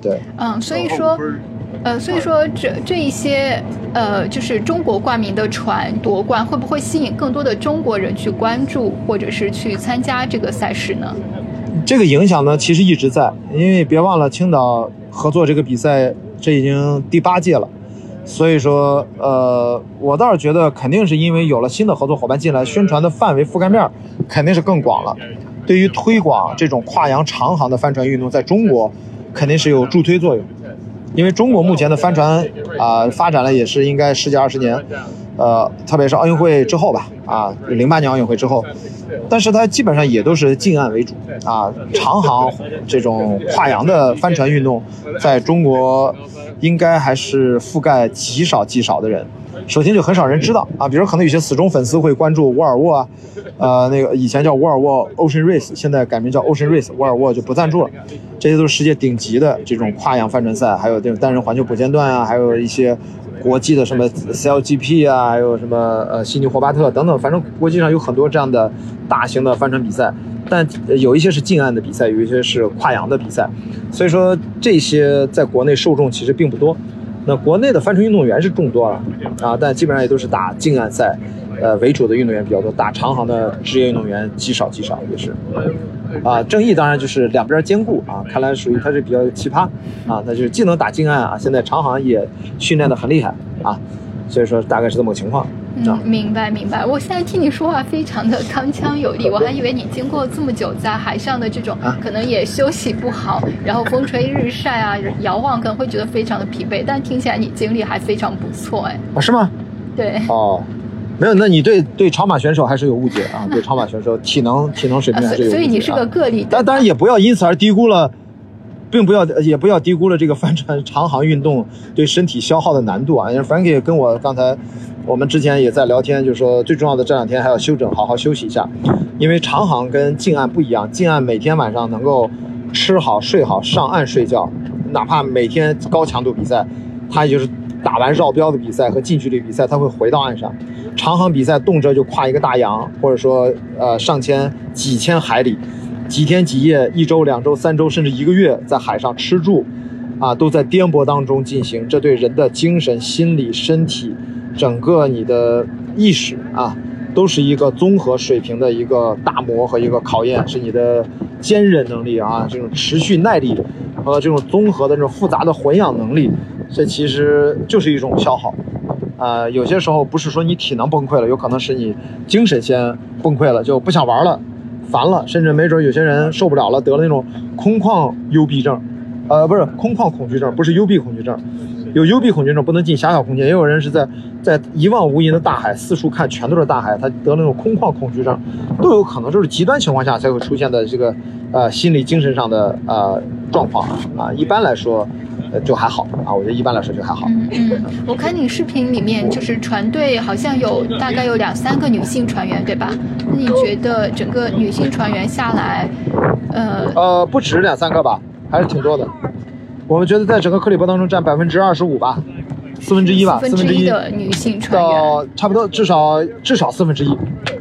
所以说这一些就是中国冠名的船夺冠，会不会吸引更多的中国人去关注或者是去参加这个赛事呢？ 这个影响呢，其实一直在，因为别忘了青岛合作这个比赛，这已经第8届了，所以说我倒是觉得肯定是因为有了新的合作伙伴进来，宣传的范围覆盖面肯定是更广了，对于推广这种跨洋长航的帆船运动，在中国肯定是有助推作用。因为中国目前的帆船发展了也是应该10几20年，特别是奥运会之后吧，08年奥运会之后，但是它基本上也都是近岸为主长航这种跨洋的帆船运动，在中国应该还是覆盖极少的人。首先就很少人知道比如可能有些死忠粉丝会关注沃尔沃那个以前叫沃尔沃 Ocean Race， 现在改名叫 Ocean Race， 沃尔沃就不赞助了。这些都是世界顶级的这种跨洋帆船赛，还有这种单人环球补剑段还有一些国际的什么 CLGP 还有什么悉尼霍巴特等等，反正国际上有很多这样的大型的帆船比赛，但有一些是近岸的比赛，有一些是跨洋的比赛，所以说这些在国内受众其实并不多。那国内的帆船运动员是众多了但基本上也都是打近岸赛为主的运动员比较多，打长航的职业运动员极少也是郑毅当然就是两边兼顾看来属于他是比较奇葩他就是既能打近岸现在长航也训练得很厉害所以说大概是这么个情况。 明白。我现在听你说话非常的铿锵有力，我还以为你经过这么久在海上的这种可能也休息不好，然后风吹日晒遥望可能会觉得非常的疲惫，但听起来你精力还非常不错是吗？ 对没有，那你对超马选手还是有误解对超马选手体能水平还是有误解所以你是个个例但当然也不要因此而低估了，也不要低估了这个帆船长航运动对身体消耗的难度Frank 也跟我刚才我们之前也在聊天，就是说最重要的这2天还要休整，好好休息一下，因为长航跟近岸不一样，近岸每天晚上能够吃好睡好上岸睡觉，哪怕每天高强度比赛，它也就是打完绕标的比赛和近距离比赛，它会回到岸上。长航比赛动辄就跨一个大洋，或者说上千几千海里，几天几夜，1周2周3周甚至1个月在海上吃住都在颠簸当中进行，这对人的精神心理身体整个你的意识都是一个综合水平的一个大磨和一个考验，是你的坚韧能力这种持续耐力和这种综合的这种复杂的混氧能力，这其实就是一种消耗有些时候不是说你体能崩溃了，有可能是你精神先崩溃了，就不想玩了，烦了，甚至没准有些人受不了了，得了那种空旷幽闭症不是空旷恐惧症，不是幽闭恐惧症，有幽闭恐惧症不能进狭小空间，也有人是在一望无垠的大海四处看全都是大海，他得了那种空旷恐惧症，都有可能，就是极端情况下才会出现的这个心理精神上的状况一般来说就还好我觉得一般来说就还好。 我看你视频里面就是船队好像大概有2-3个女性船员对吧？那你觉得整个女性船员下来不止2-3个吧，还是挺多的。我们觉得在整个克利伯当中占25%吧，1/4吧，1/4 的女性船员， 到差不多至少1/4。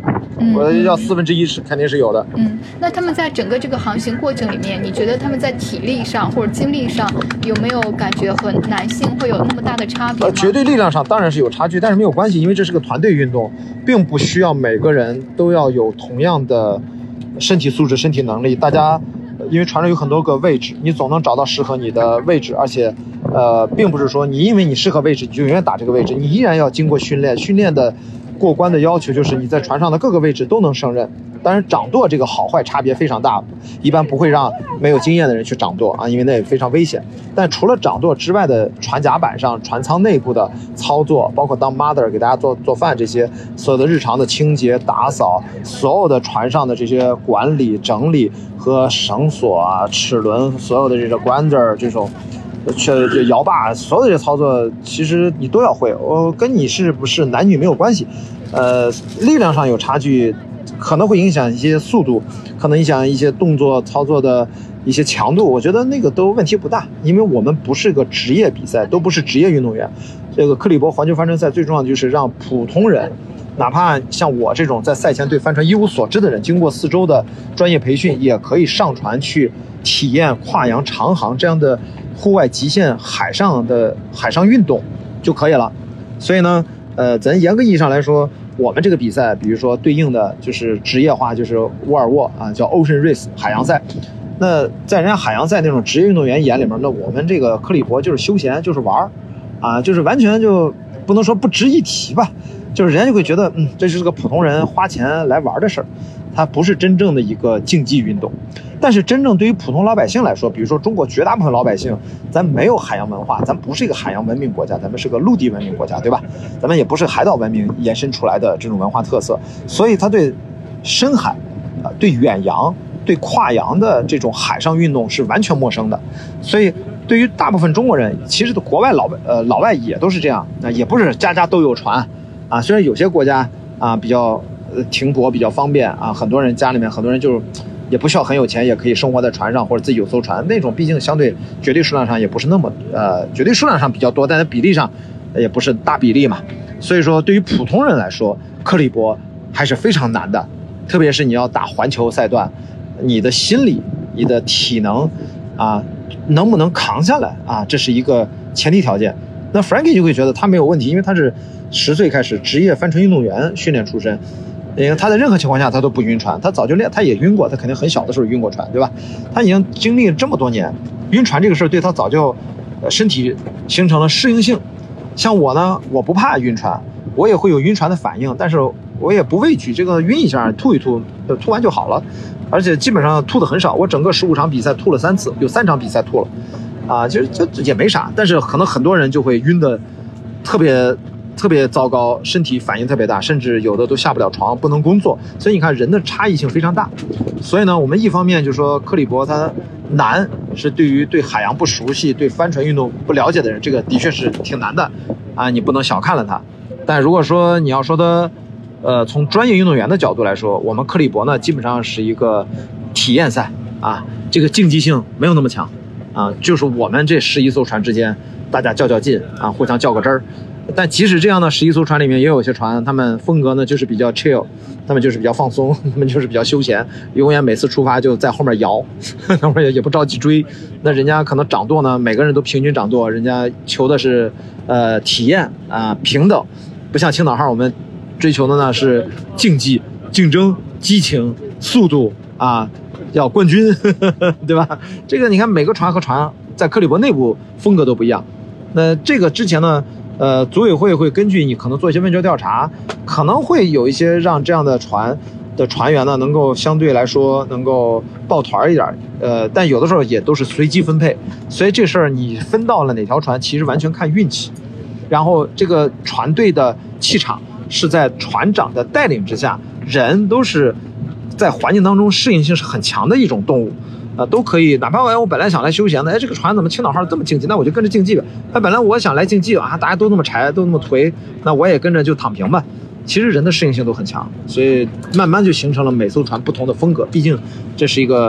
我要1/4是肯定是有的。 那他们在整个这个航行过程里面，你觉得他们在体力上或者精力上有没有感觉和男性会有那么大的差别吗？ 绝对力量上当然是有差距，但是没有关系，因为这是个团队运动，并不需要每个人都要有同样的身体素质、身体能力。大家因为船上有很多个位置，你总能找到适合你的位置，而且并不是说你因为你适合位置你就永远打这个位置，你依然要经过训练。训练的过关的要求就是你在船上的各个位置都能胜任。当然掌舵这个好坏差别非常大，一般不会让没有经验的人去掌舵啊，因为那也非常危险。但除了掌舵之外的船甲板上、船舱内部的操作，包括当 mother 给大家做饭这些所有的日常的清洁打扫，所有的船上的这些管理整理和绳索啊、齿轮，所有的这个 grinder 这种摇把，所有的这些操作其实你都要会。跟你是不是男女没有关系，力量上有差距可能会影响一些速度，可能影响一些动作操作的一些强度，我觉得那个都问题不大，因为我们不是个职业比赛，都不是职业运动员。这个克利伯环球帆船赛最重要的就是让普通人，哪怕像我这种在赛前对帆船一无所知的人，经过4周的专业培训，也可以上船去体验跨洋长航这样的户外极限海上运动就可以了。所以呢，咱严格意义上来说，我们这个比赛，比如说对应的就是职业化，就是沃尔沃啊，叫 Ocean Race 海洋赛。那在人家海洋赛那种职业运动员眼里面，那我们这个克利伯就是休闲，就是玩啊，就是完全就不能说不值一提吧，就是人家就会觉得，这就是个普通人花钱来玩的事儿，它不是真正的一个竞技运动。但是真正对于普通老百姓来说，比如说中国绝大部分老百姓，咱没有海洋文化，咱不是一个海洋文明国家，咱们是个陆地文明国家，对吧？咱们也不是海岛文明延伸出来的这种文化特色，所以他对深海对远洋、对跨洋的这种海上运动是完全陌生的。所以对于大部分中国人，其实国外老外也都是这样，也不是家家都有船啊。虽然有些国家啊比较停泊比较方便啊，很多人家里面很多人就是也不需要很有钱，也可以生活在船上或者自己有艘船，那种毕竟相对绝对数量上也不是那么绝对数量上比较多，但是比例上也不是大比例嘛。所以说对于普通人来说，克利伯还是非常难的，特别是你要打环球赛段，你的心理、你的体能啊，能不能扛下来啊，这是一个前提条件。那 Frankie 就会觉得他没有问题，因为他是10岁开始职业帆船运动员训练出身，因为他在任何情况下他都不晕船，他早就练，他也晕过，他肯定很小的时候晕过船，对吧？他已经经历了这么多年，晕船这个事儿对他早就身体形成了适应性。像我呢，我不怕晕船，我也会有晕船的反应，但是我也不畏惧，这个晕一下吐一吐，吐完就好了，而且基本上吐的很少，我整个15场比赛吐了3次，有3场比赛吐了啊，其实这也没啥，但是可能很多人就会晕的特别糟糕，身体反应特别大，甚至有的都下不了床，不能工作。所以你看人的差异性非常大。所以呢，我们一方面就说克利伯它难，是对于对海洋不熟悉、对帆船运动不了解的人，这个的确是挺难的啊，你不能小看了它。但如果说你要说的从专业运动员的角度来说，我们克利伯呢基本上是一个体验赛啊，这个竞技性没有那么强啊，就是我们这11艘船之间大家较劲啊，互相较个真儿。但即使这样呢，11艘船里面也有一些船，他们风格呢就是比较 chill， 他们就是比较放松，他们就是比较休闲，永远每次出发就在后面摇，那会儿也不着急追。那人家可能掌舵呢，每个人都平均掌舵，人家求的是体验啊，平等，不像青岛号我们追求的呢是竞技、竞争、激情、速度啊，要冠军，对吧？这个你看每个船和船在克利伯内部风格都不一样。那这个之前呢？组委会会根据你可能做一些问卷调查，可能会有一些让这样的船的船员呢能够相对来说能够抱团一点，但有的时候也都是随机分配，所以这事儿你分到了哪条船其实完全看运气。然后这个船队的气场是在船长的带领之下，人都是在环境当中适应性是很强的一种动物。都可以，哪怕我本来想来休闲的，这个船怎么青岛号这么竞技，那我就跟着竞技吧。本来我想来竞技啊，大家都那么柴，都那么颓，那我也跟着就躺平吧。其实人的适应性都很强，所以慢慢就形成了每艘船不同的风格。毕竟这是一个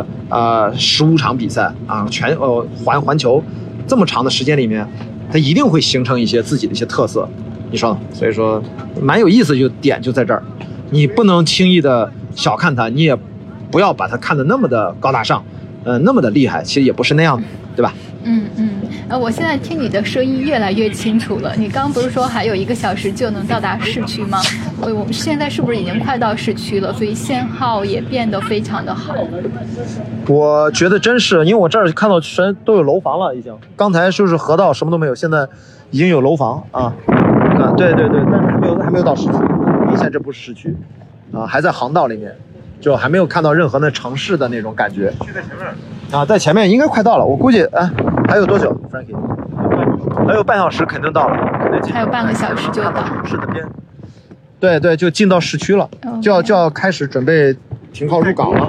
15场比赛啊，环球这么长的时间里面，它一定会形成一些自己的一些特色，你说呢？所以说蛮有意思，就在这儿。 你不能轻易的小看它，你也不要把它看得那么的高大上，那么的厉害，其实也不是那样的，对吧？ 我现在听你的声音越来越清楚了。你刚不是说还有1个小时就能到达市区吗？我们现在是不是已经快到市区了？所以信号也变得非常的好。 我觉得真是，因为我这儿看到全都有楼房了，已经。刚才就是河道什么都没有，现在已经有楼房啊。对，但是还没有到市区，明显这不是市区啊，还在航道里面，就还没有看到任何的城市的那种感觉。 就在前面啊，在前面应该快到了，我估计还有多久 ，Frankie？ 还有半小时肯定到了， 还有半个小时就到。 是的边。对，就进到市区了，就要开始准备停靠入港了。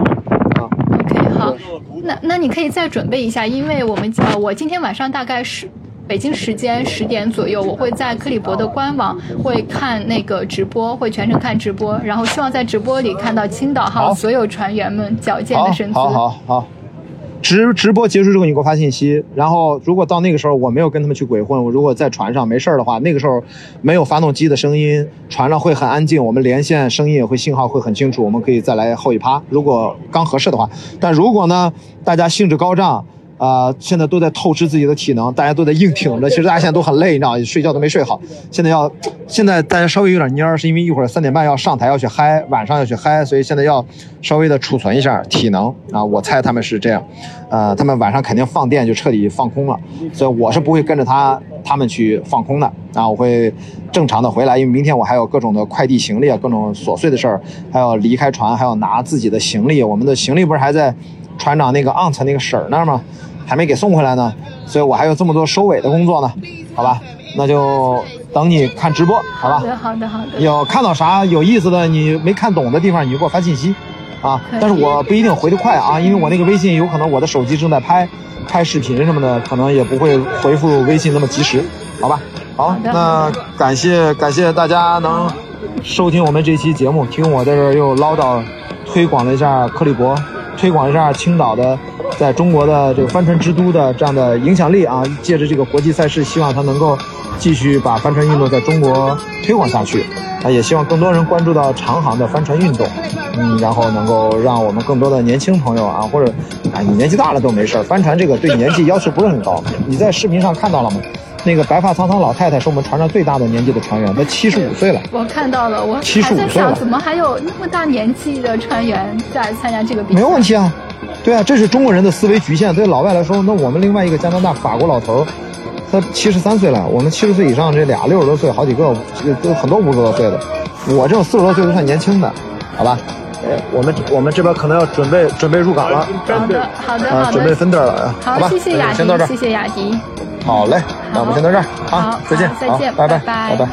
OK， 好，那你可以再准备一下，因为我今天晚上大概是北京时间10点左右，我会在克利伯的官网会看那个直播，会全程看直播，然后希望在直播里看到青岛号所有船员们矫健的身姿。 好。直播结束之后你给我发信息，然后如果到那个时候我没有跟他们去鬼混，我如果在船上没事的话，那个时候没有发动机的声音，船上会很安静，我们连线声音也会信号会很清楚，我们可以再来后一趴，如果刚合适的话。但如果呢大家兴致高涨，现在都在透支自己的体能，大家都在硬挺着，其实大家现在都很累，你知道，睡觉都没睡好。现在大家稍微有点蔫，是因为一会儿3点半要上台要去嗨，晚上要去嗨，所以现在要稍微的储存一下体能啊。我猜他们是这样，他们晚上肯定放电就彻底放空了，所以我是不会跟着他们去放空的啊，我会正常的回来，因为明天我还有各种的快递行李啊，各种琐碎的事儿，还要离开船，还要拿自己的行李，我们的行李不是还在船长那个昂特那个婶儿那儿吗？还没给送回来呢，所以我还有这么多收尾的工作呢，好吧？那就等你看直播，好吧？ 好的。 有看到啥有意思的，你没看懂的地方，你就给我发信息啊。但是我不一定回得快啊，因为我那个微信有可能我的手机正在拍视频什么的，可能也不会回复微信那么及时，好吧？好，那感谢大家能收听我们这期节目，听我在这儿又唠叨，推广了一下克利伯，推广一下青岛的在中国的这个帆船之都的这样的影响力啊！借着这个国际赛事，希望它能够继续把帆船运动在中国推广下去啊！也希望更多人关注到长航的帆船运动，然后能够让我们更多的年轻朋友啊，或者你年纪大了都没事，帆船这个对年纪要求不是很高。你在视频上看到了吗？那个白发苍苍老太太是我们船上最大的年纪的船员，她75岁了。我看到了，我还在想怎么还有那么大年纪的船员在参加这个比赛。 没有问题啊。对啊，这是中国人的思维局限。对老外来说，那我们另外一个加拿大法国老头，他73岁了，我们70岁以上这俩60多岁，好几个都很多50多岁的，我这种40多岁都算年轻的，好吧？我们这边可能要准备入港了。 好的， 准备分队了。好吧， 谢谢雅迪， 先到这儿。 谢谢雅迪。 好嘞，那我们先到这儿，好，再见，拜拜。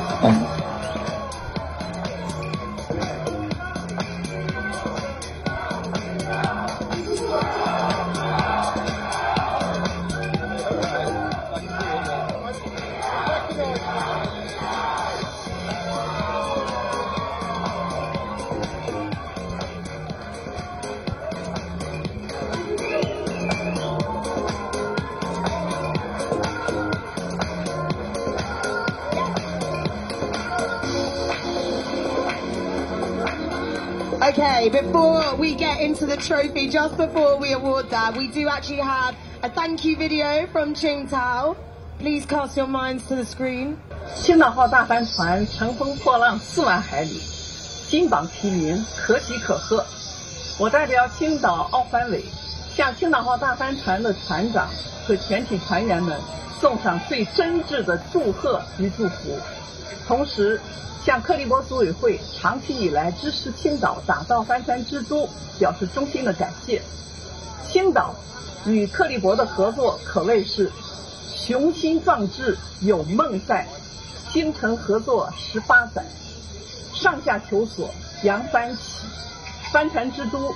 Okay, before we get into the trophy, just before we award that, we do actually have a thank you video from Qingdao. Please cast your minds to the screen. 青岛号大帆船乘风破浪4万海里，金榜题名，可喜可贺。我代表青岛奥帆委，向青岛号大帆船的船长和全体船员们送上最真挚的祝贺与祝福，同时向克利伯组委会长期以来支持青岛打造帆船之都表示衷心的感谢。青岛与克利伯的合作可谓是雄心壮志有梦在，精诚合作18载，上下求索扬帆起，帆船之都。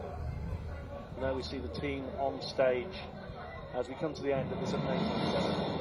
Now we see the team on stage as we come to the end of this amazing ceremony.